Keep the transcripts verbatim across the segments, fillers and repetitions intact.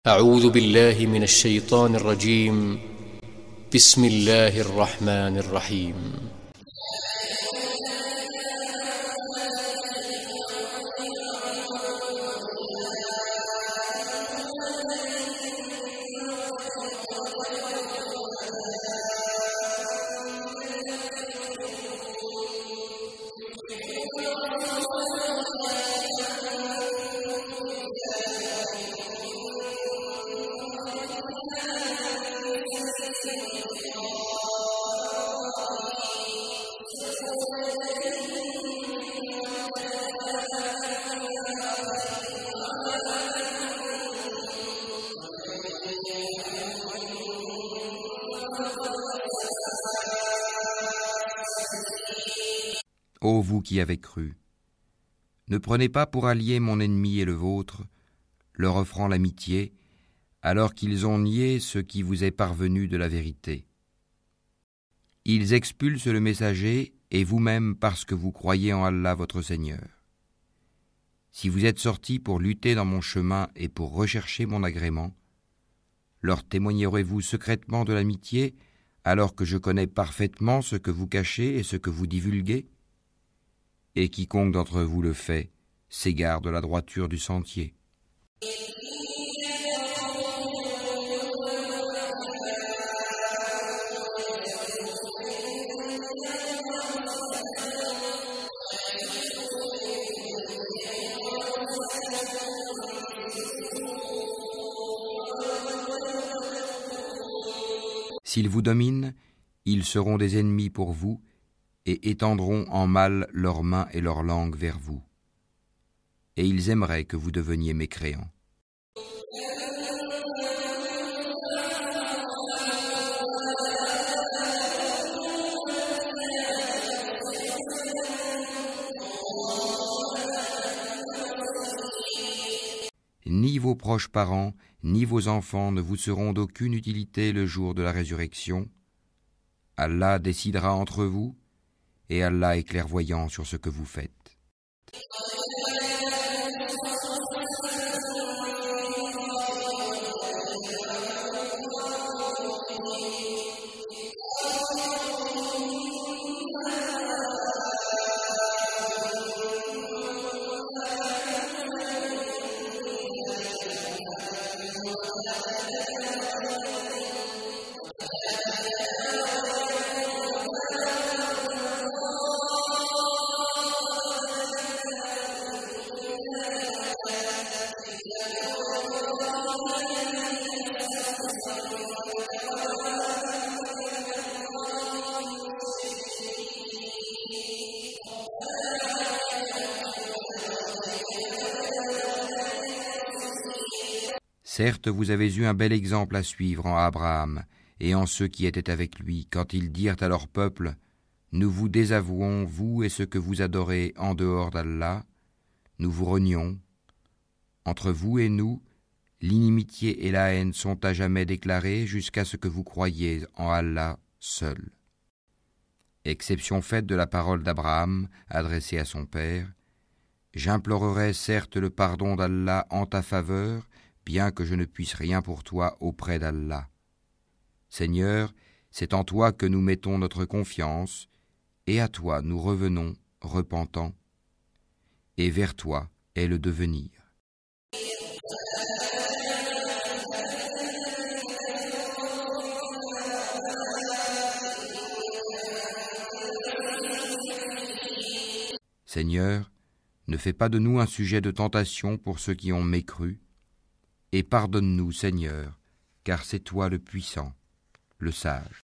أعوذ بالله من الشيطان الرجيم. بسم الله الرحمن الرحيم. Ô vous qui avez cru, ne prenez pas pour alliés mon ennemi et le vôtre, leur offrant l'amitié, alors qu'ils ont nié ce qui vous est parvenu de la vérité. Ils expulsent le messager et vous-même parce que vous croyez en Allah votre Seigneur. Si vous êtes sortis pour lutter dans mon chemin et pour rechercher mon agrément, leur témoignerez-vous secrètement de l'amitié, alors que je connais parfaitement ce que vous cachez et ce que vous divulguez ? Et quiconque d'entre vous le fait s'égare de la droiture du sentier. S'ils vous dominent, ils seront des ennemis pour vous, et étendront en mal leurs mains et leurs langues vers vous. Et ils aimeraient que vous deveniez mécréants. Ni vos proches parents, ni vos enfants ne vous seront d'aucune utilité le jour de la résurrection. Allah décidera entre vous, et Allah est clairvoyant sur ce que vous faites. Certes, vous avez eu un bel exemple à suivre en Abraham et en ceux qui étaient avec lui, quand ils dirent à leur peuple : nous vous désavouons, vous et ce que vous adorez en dehors d'Allah, nous vous renions. Entre vous et nous, l'inimitié et la haine sont à jamais déclarées jusqu'à ce que vous croyiez en Allah seul. Exception faite de la parole d'Abraham adressée à son père : j'implorerai certes le pardon d'Allah en ta faveur, bien que je ne puisse rien pour toi auprès d'Allah. Seigneur, c'est en toi que nous mettons notre confiance, et à toi nous revenons, repentants, et vers toi est le devenir. Seigneur, ne fais pas de nous un sujet de tentation pour ceux qui ont mécru, et pardonne-nous, Seigneur, car c'est toi le puissant, le sage.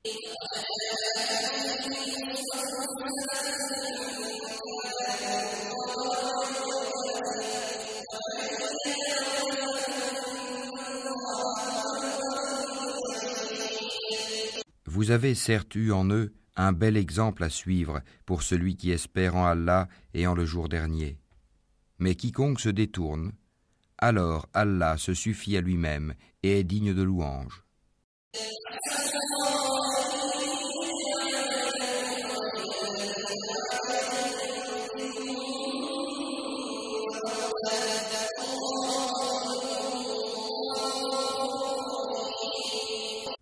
Vous avez certes eu en eux un bel exemple à suivre pour celui qui espère en Allah et en le jour dernier. Mais quiconque se détourne, alors Allah se suffit à lui-même et est digne de louange.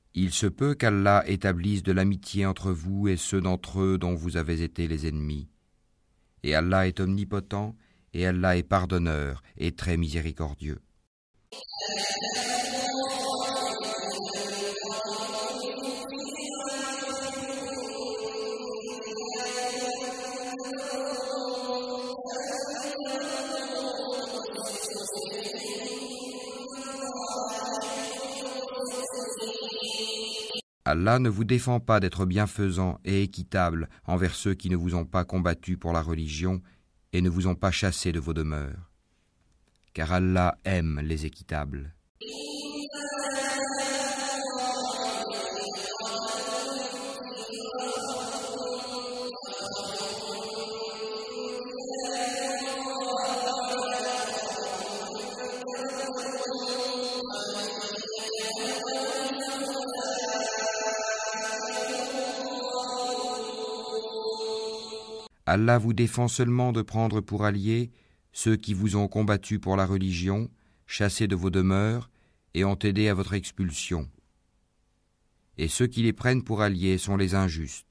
Il se peut qu'Allah établisse de l'amitié entre vous et ceux d'entre eux dont vous avez été les ennemis. Et Allah est omnipotent, et Allah est pardonneur et très miséricordieux. Allah ne vous défend pas d'être bienfaisant et équitable envers ceux qui ne vous ont pas combattu pour la religion et ne vous ont pas chassé de vos demeures. Car Allah aime les équitables. Allah vous défend seulement de prendre pour alliés ceux qui vous ont combattu pour la religion, chassés de vos demeures et ont aidé à votre expulsion. Et ceux qui les prennent pour alliés sont les injustes.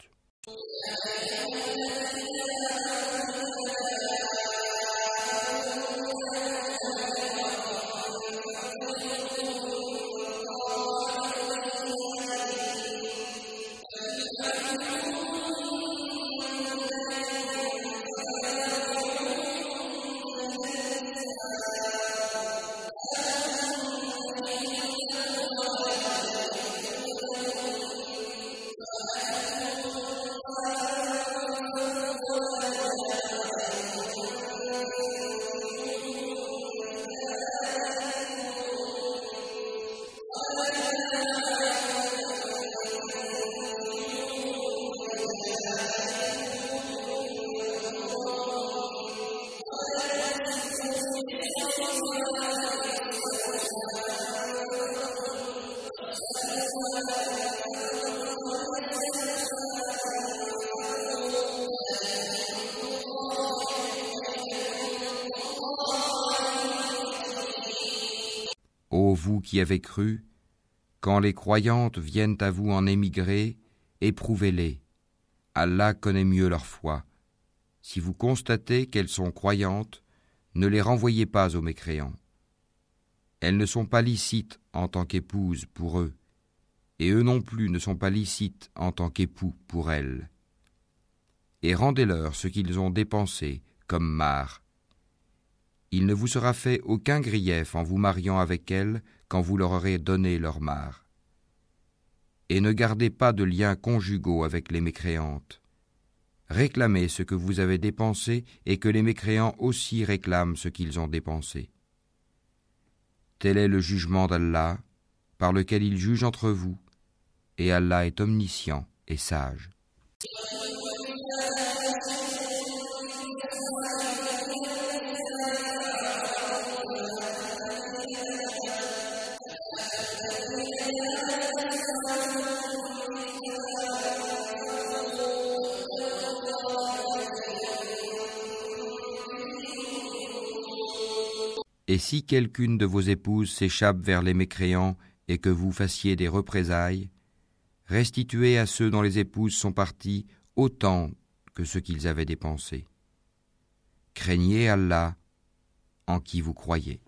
Ô vous qui avez cru, quand les croyantes viennent à vous en émigrer, éprouvez-les. Allah connaît mieux leur foi. Si vous constatez qu'elles sont croyantes, ne les renvoyez pas aux mécréants. Elles ne sont pas licites en tant qu'épouses pour eux, et eux non plus ne sont pas licites en tant qu'époux pour elles. Et rendez-leur ce qu'ils ont dépensé comme marre. Il ne vous sera fait aucun grief en vous mariant avec elles quand vous leur aurez donné leur marre. Et ne gardez pas de liens conjugaux avec les mécréantes. Réclamez ce que vous avez dépensé et que les mécréants aussi réclament ce qu'ils ont dépensé. Tel est le jugement d'Allah, par lequel il juge entre vous, et Allah est omniscient et sage. Et si quelqu'une de vos épouses s'échappe vers les mécréants et que vous fassiez des représailles, restituez à ceux dont les épouses sont parties autant que ce qu'ils avaient dépensé. Craignez Allah en qui vous croyez.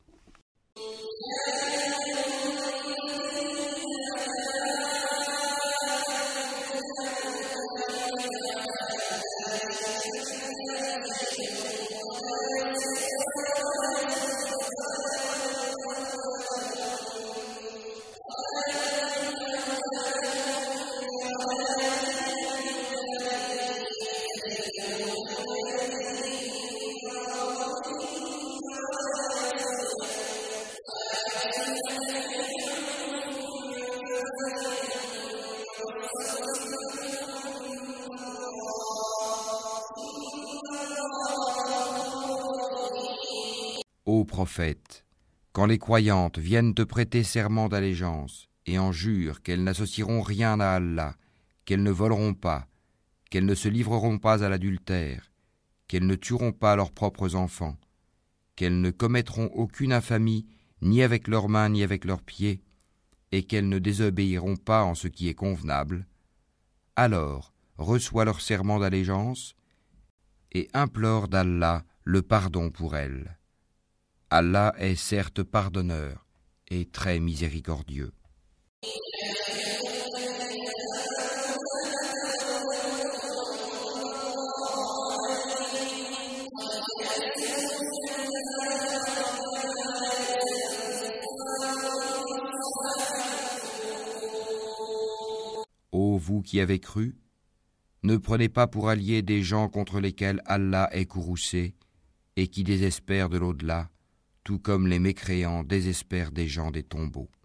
Ô prophète, quand les croyantes viennent te prêter serment d'allégeance et en jurent qu'elles n'associeront rien à Allah, qu'elles ne voleront pas, qu'elles ne se livreront pas à l'adultère, qu'elles ne tueront pas leurs propres enfants, qu'elles ne commettront aucune infamie ni avec leurs mains ni avec leurs pieds, et qu'elles ne désobéiront pas en ce qui est convenable, alors reçois leur serment d'allégeance et implore d'Allah le pardon pour elles. Allah est certes pardonneur et très miséricordieux. Ô vous qui avez cru, ne prenez pas pour alliés des gens contre lesquels Allah est courroucé et qui désespèrent de l'au-delà, tout comme les mécréants désespèrent des gens des tombeaux.